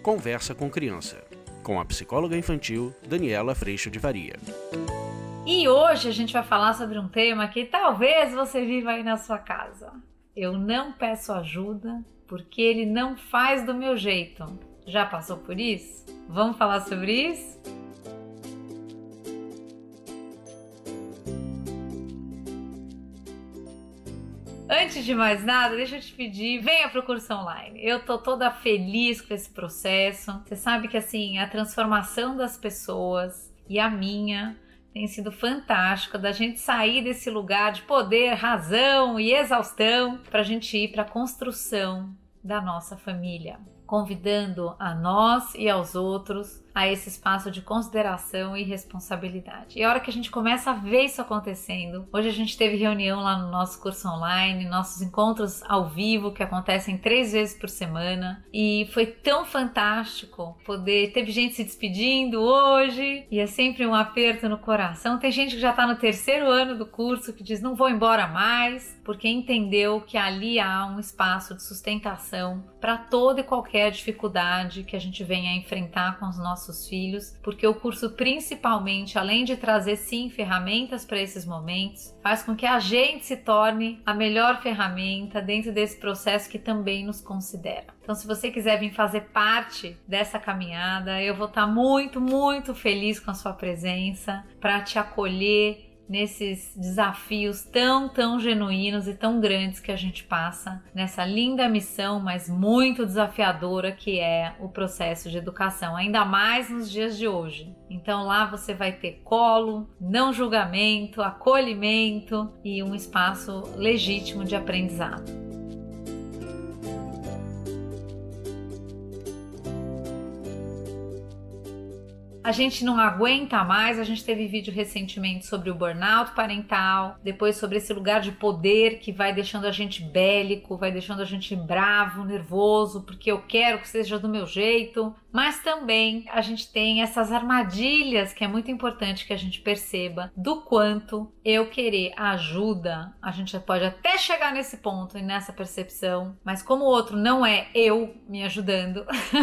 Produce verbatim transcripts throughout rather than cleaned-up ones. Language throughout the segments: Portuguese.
Conversa com Criança, com a psicóloga infantil Daniela Freixo de Varia. E hoje a gente vai falar sobre um tema que talvez você viva aí na sua casa. Eu não peço ajuda porque ele não faz do meu jeito. Já passou por isso? Vamos falar sobre isso? Antes de mais nada, deixa eu te pedir, venha para o curso online. Eu tô toda feliz com esse processo. Você sabe que assim, a transformação das pessoas e a minha tem sido fantástica, da gente sair desse lugar de poder, razão e exaustão para a gente ir para a construção da nossa família, convidando a nós e aos outros a esse espaço de consideração e responsabilidade. E a hora que a gente começa a ver isso acontecendo, hoje a gente teve reunião lá no nosso curso online, nossos encontros ao vivo que acontecem três vezes por semana, e foi tão fantástico poder, teve gente se despedindo hoje, e é sempre um aperto no coração. Tem gente que já está no terceiro ano do curso que diz, não vou embora mais, porque entendeu que ali há um espaço de sustentação para toda e qualquer dificuldade que a gente venha a enfrentar com os nossos filhos, porque o curso principalmente, além de trazer sim ferramentas para esses momentos, faz com que a gente se torne a melhor ferramenta dentro desse processo que também nos considera. Então, se você quiser vir fazer parte dessa caminhada, eu vou estar muito, muito feliz com a sua presença para te acolher nesses desafios tão, tão genuínos e tão grandes que a gente passa nessa linda missão, mas muito desafiadora, que é o processo de educação, ainda mais nos dias de hoje. Então lá você vai ter colo, não julgamento, acolhimento e um espaço legítimo de aprendizado. A gente não aguenta mais, a gente teve vídeo recentemente sobre o burnout parental, depois sobre esse lugar de poder que vai deixando a gente bélico, vai deixando a gente bravo, nervoso, porque eu quero que seja do meu jeito. Mas também a gente tem essas armadilhas que é muito importante que a gente perceba do quanto eu querer ajuda, a gente pode até chegar nesse ponto e nessa percepção, mas como o outro não é eu me ajudando,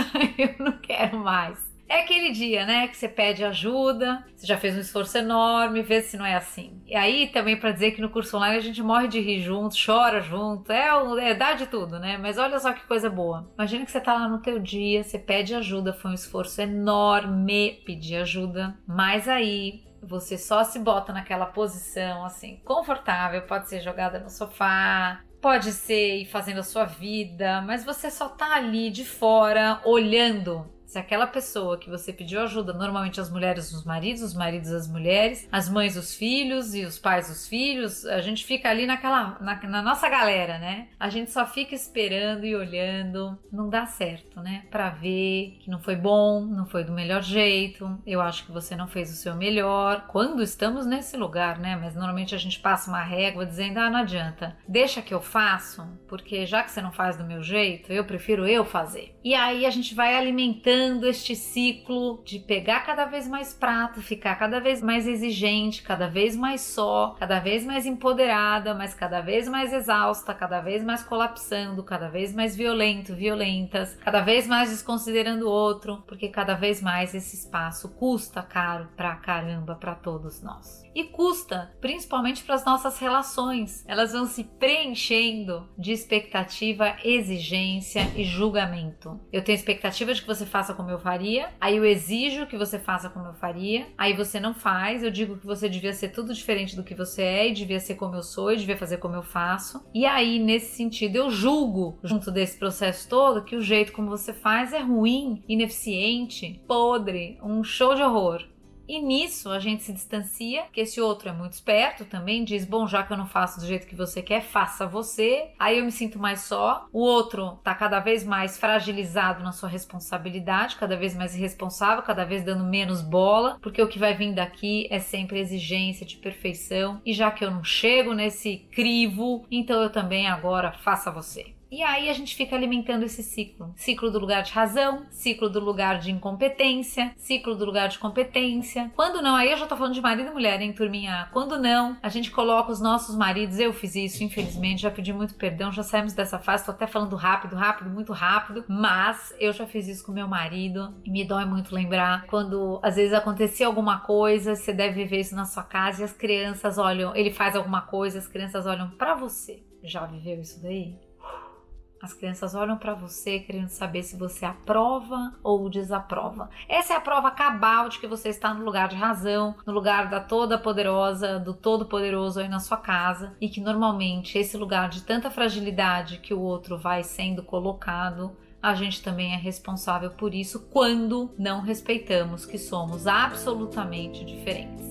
eu não quero mais. É aquele dia, né, que você pede ajuda, você já fez um esforço enorme, vê se não é assim. E aí também para dizer que no curso online a gente morre de rir junto, chora junto, é, é dá de tudo, né? Mas olha só que coisa boa. Imagina que você tá lá no teu dia, você pede ajuda, foi um esforço enorme pedir ajuda, mas aí você só se bota naquela posição assim, confortável, pode ser jogada no sofá, pode ser ir fazendo a sua vida, mas você só tá ali de fora olhando. Se aquela pessoa que você pediu ajuda, normalmente as mulheres os maridos, os maridos as mulheres, as mães os filhos e os pais os filhos, a gente fica ali naquela, na, na nossa galera, né? A gente só fica esperando e olhando, não dá certo, né? Pra ver que não foi bom, não foi do melhor jeito, eu acho que você não fez o seu melhor, quando estamos nesse lugar, né? Mas normalmente a gente passa uma régua dizendo, ah, não adianta, deixa que eu faço, porque já que você não faz do meu jeito, eu prefiro eu fazer. E aí a gente vai alimentando este ciclo de pegar cada vez mais prato, ficar cada vez mais exigente, cada vez mais só, cada vez mais empoderada, mas cada vez mais exausta, cada vez mais colapsando, cada vez mais violento, violentas, cada vez mais desconsiderando o outro, porque cada vez mais esse espaço custa caro pra caramba pra todos nós. E custa, principalmente para as nossas relações. Elas vão se preenchendo de expectativa, exigência e julgamento. Eu tenho expectativa de que você faça como eu faria, aí eu exijo que você faça como eu faria, aí você não faz, eu digo que você devia ser tudo diferente do que você é, e devia ser como eu sou, e devia fazer como eu faço, e aí nesse sentido eu julgo, junto desse processo todo, que o jeito como você faz é ruim, ineficiente, podre, um show de horror. E nisso a gente se distancia, que esse outro é muito esperto também, diz, bom, já que eu não faço do jeito que você quer, faça você. Aí eu me sinto mais só. O outro tá cada vez mais fragilizado na sua responsabilidade, cada vez mais irresponsável, cada vez dando menos bola, porque o que vai vir daqui é sempre exigência de perfeição. E já que eu não chego nesse crivo, então eu também agora faça você. E aí a gente fica alimentando esse ciclo. Ciclo do lugar de razão, ciclo do lugar de incompetência, ciclo do lugar de competência. Quando não, aí eu já tô falando de marido e mulher, hein, turminha? Quando não, a gente coloca os nossos maridos, eu fiz isso, infelizmente, já pedi muito perdão, já saímos dessa fase, tô até falando rápido, rápido, muito rápido, mas eu já fiz isso com meu marido e me dói muito lembrar quando às vezes acontecia alguma coisa, você deve ver isso na sua casa e as crianças olham, ele faz alguma coisa, as crianças olham pra você. Já viveu isso daí? As crianças olham pra você querendo saber se você aprova ou desaprova. Essa é a prova cabal de que você está no lugar de razão, no lugar da toda poderosa, do todo poderoso aí na sua casa, e que normalmente esse lugar de tanta fragilidade que o outro vai sendo colocado, a gente também é responsável por isso quando não respeitamos que somos absolutamente diferentes.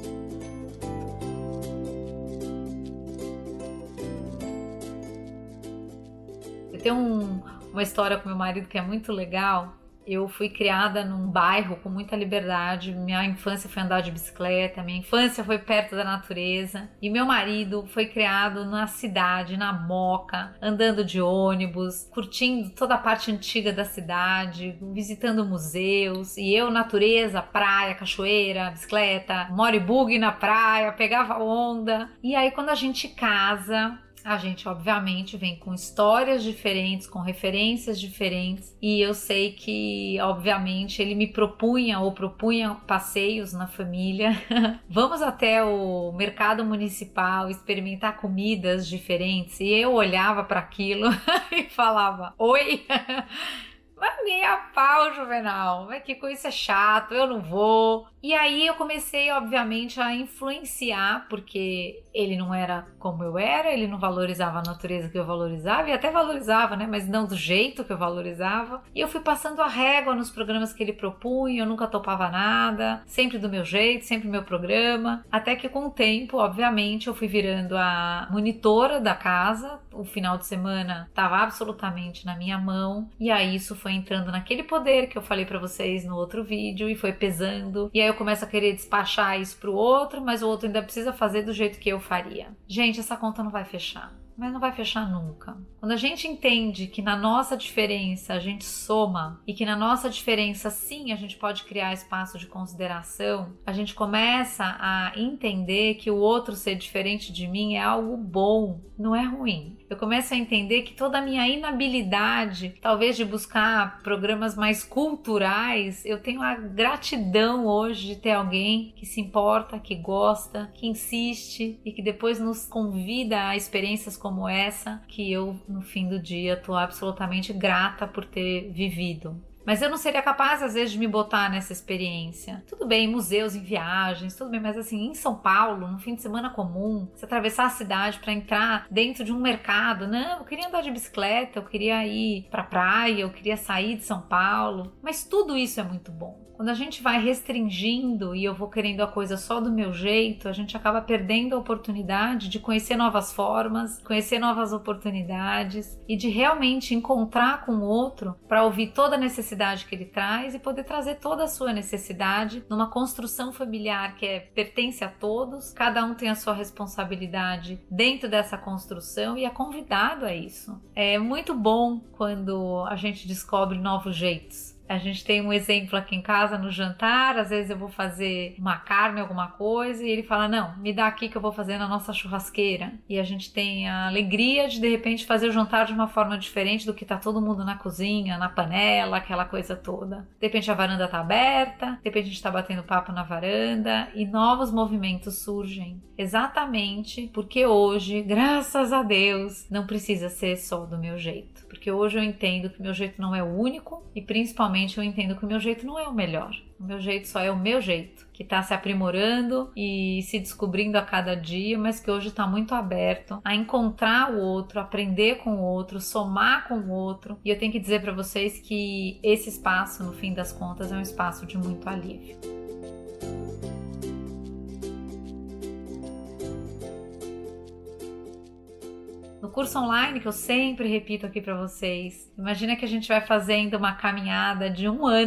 Tem um, uma história com meu marido que é muito legal. Eu fui criada num bairro com muita liberdade, minha infância foi andar de bicicleta, minha infância foi perto da natureza, e meu marido foi criado na cidade, na Moca, andando de ônibus, curtindo toda a parte antiga da cidade, visitando museus, e eu natureza, praia, cachoeira, bicicleta, moro e bug na praia, pegava onda. E aí quando a gente casa, a gente obviamente vem com histórias diferentes, com referências diferentes, e eu sei que obviamente ele me propunha ou propunha passeios na família. Vamos até o mercado municipal experimentar comidas diferentes, e eu olhava para aquilo e falava: oi? Mas nem a pau, Juvenal, mas que coisa chato, eu não vou. E aí eu comecei, obviamente, a influenciar, porque ele não era como eu era, ele não valorizava a natureza que eu valorizava, e até valorizava, né, mas não do jeito que eu valorizava. E eu fui passando a régua nos programas que ele propunha, eu nunca topava nada, sempre do meu jeito, sempre meu programa, até que com o tempo, obviamente, eu fui virando a monitora da casa, o final de semana estava absolutamente na minha mão, e aí isso foi entrando naquele poder que eu falei pra vocês no outro vídeo, e foi pesando, e aí eu começo a querer despachar isso pro outro, mas o outro ainda precisa fazer do jeito que eu faria. Gente, essa conta não vai fechar. Mas não vai fechar nunca. Quando a gente entende que na nossa diferença a gente soma e que na nossa diferença sim a gente pode criar espaço de consideração, a gente começa a entender que o outro ser diferente de mim é algo bom, não é ruim. Eu começo a entender que toda a minha inabilidade, talvez de buscar programas mais culturais, eu tenho a gratidão hoje de ter alguém que se importa, que gosta, que insiste e que depois nos convida a experiências como essa, que eu, no fim do dia, tô absolutamente grata por ter vivido. Mas eu não seria capaz, às vezes, de me botar nessa experiência. Tudo bem, museus em viagens, tudo bem, mas assim, em São Paulo, num fim de semana comum, você atravessar a cidade para entrar dentro de um mercado. Não, eu queria andar de bicicleta, eu queria ir pra praia, eu queria sair de São Paulo. Mas tudo isso é muito bom. Quando a gente vai restringindo e eu vou querendo a coisa só do meu jeito, a gente acaba perdendo a oportunidade de conhecer novas formas, conhecer novas oportunidades e de realmente encontrar com o outro para ouvir toda a necessidade que ele traz e poder trazer toda a sua necessidade numa construção familiar que é, pertence a todos, cada um tem a sua responsabilidade dentro dessa construção e é convidado a isso. É muito bom quando a gente descobre novos jeitos. A gente tem um exemplo aqui em casa no jantar, às vezes eu vou fazer uma carne, alguma coisa, e ele fala, não, me dá aqui que eu vou fazer na nossa churrasqueira. E a gente tem a alegria de, de repente, fazer o jantar de uma forma diferente do que tá todo mundo na cozinha, na panela, aquela coisa toda. De repente a varanda tá aberta, de repente a gente tá batendo papo na varanda, e novos movimentos surgem. Exatamente porque hoje, graças a Deus, não precisa ser só do meu jeito. Porque hoje eu entendo que o meu jeito não é o único, e principalmente eu entendo que o meu jeito não é o melhor. O meu jeito só é o meu jeito, que está se aprimorando e se descobrindo a cada dia, mas que hoje está muito aberto a encontrar o outro, aprender com o outro, somar com o outro. E eu tenho que dizer para vocês que esse espaço, no fim das contas, é um espaço de muito alívio. No curso online, que eu sempre repito aqui para vocês, imagina que a gente vai fazendo uma caminhada de um ano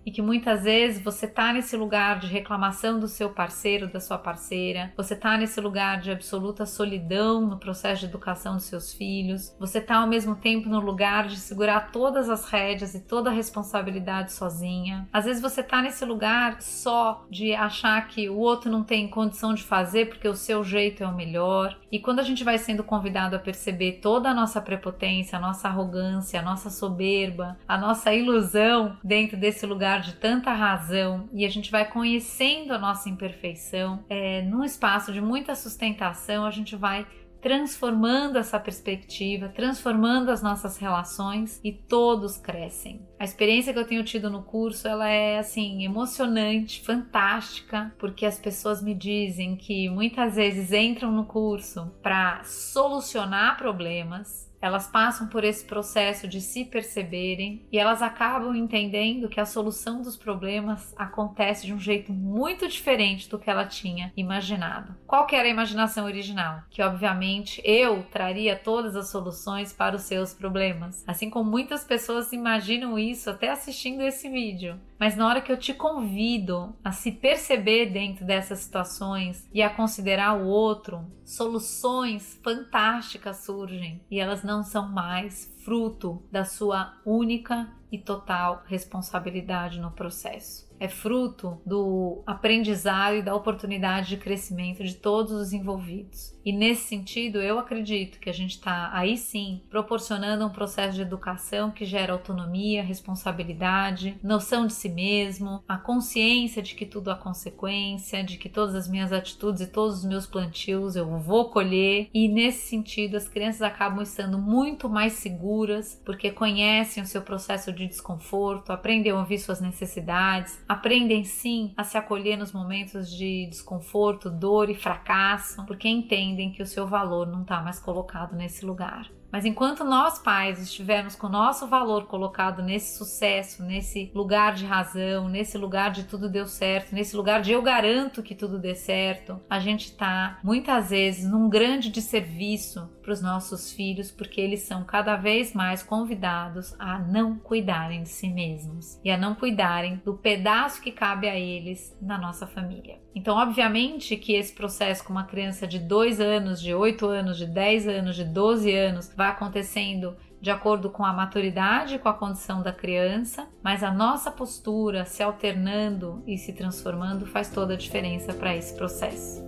e que muitas vezes você tá nesse lugar de reclamação do seu parceiro, da sua parceira, você tá nesse lugar de absoluta solidão no processo de educação dos seus filhos, você tá ao mesmo tempo no lugar de segurar todas as rédeas e toda a responsabilidade sozinha. Às vezes você tá nesse lugar só de achar que o outro não tem condição de fazer porque o seu jeito é o melhor. E quando a gente vai sendo convidado a perceber toda a nossa prepotência, a nossa arrogância, a nossa soberba, a nossa ilusão dentro desse lugar de tanta razão, e a gente vai conhecendo a nossa imperfeição, é, num espaço de muita sustentação, a gente vai transformando essa perspectiva, transformando as nossas relações e todos crescem. A experiência que eu tenho tido no curso, ela é assim, emocionante, fantástica, porque as pessoas me dizem que muitas vezes entram no curso para solucionar problemas. Elas passam por esse processo de se perceberem e elas acabam entendendo que a solução dos problemas acontece de um jeito muito diferente do que ela tinha imaginado. Qual que era a imaginação original? Que obviamente eu traria todas as soluções para os seus problemas. Assim como muitas pessoas imaginam isso até assistindo esse vídeo. Mas na hora que eu te convido a se perceber dentro dessas situações e a considerar o outro, soluções fantásticas surgem e elas não são mais fruto da sua única e total responsabilidade no processo. É fruto do aprendizado e da oportunidade de crescimento de todos os envolvidos. E nesse sentido, eu acredito que a gente está aí sim proporcionando um processo de educação que gera autonomia, responsabilidade, noção de si mesmo, a consciência de que tudo há consequência, de que todas as minhas atitudes e todos os meus plantios eu vou colher. E nesse sentido, as crianças acabam estando muito mais seguras porque conhecem o seu processo de desconforto, aprendem a ouvir suas necessidades, aprendem sim a se acolher nos momentos de desconforto, dor e fracasso, porque entendem que o seu valor não está mais colocado nesse lugar. Mas enquanto nós pais estivermos com o nosso valor colocado nesse sucesso, nesse lugar de razão, nesse lugar de tudo deu certo, nesse lugar de eu garanto que tudo dê certo, a gente está muitas vezes num grande desserviço para os nossos filhos, porque eles são cada vez mais convidados a não cuidarem de si mesmos e a não cuidarem do pedaço que cabe a eles na nossa família. Então, obviamente que esse processo com uma criança de dois anos, de oito anos, de dez anos, de doze anos, vai acontecendo de acordo com a maturidade e com a condição da criança, mas a nossa postura se alternando e se transformando faz toda a diferença para esse processo.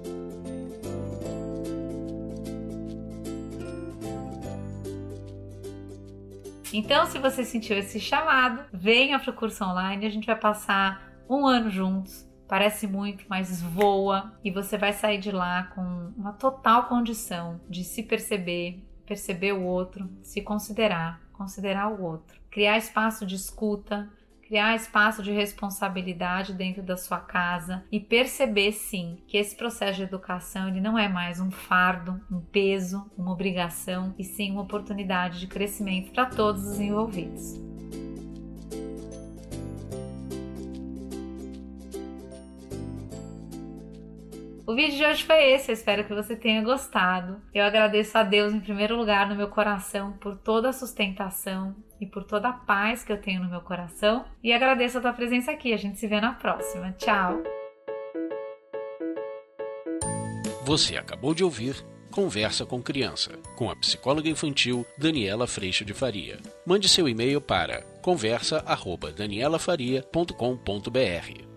Então, se você sentiu esse chamado, venha para o curso online, a gente vai passar um ano juntos. Parece muito, mas voa, e você vai sair de lá com uma total condição de se perceber, perceber o outro, se considerar, considerar o outro, criar espaço de escuta, criar espaço de responsabilidade dentro da sua casa e perceber sim que esse processo de educação ele não é mais um fardo, um peso, uma obrigação, e sim uma oportunidade de crescimento para todos os envolvidos. O vídeo de hoje foi esse, eu espero que você tenha gostado. Eu agradeço a Deus em primeiro lugar no meu coração por toda a sustentação e por toda a paz que eu tenho no meu coração. E agradeço a tua presença aqui, a gente se vê na próxima. Tchau! Você acabou de ouvir Conversa com Criança, com a psicóloga infantil Daniela Freixo de Faria. Mande seu e-mail para conversa arroba daniela faria ponto com ponto br.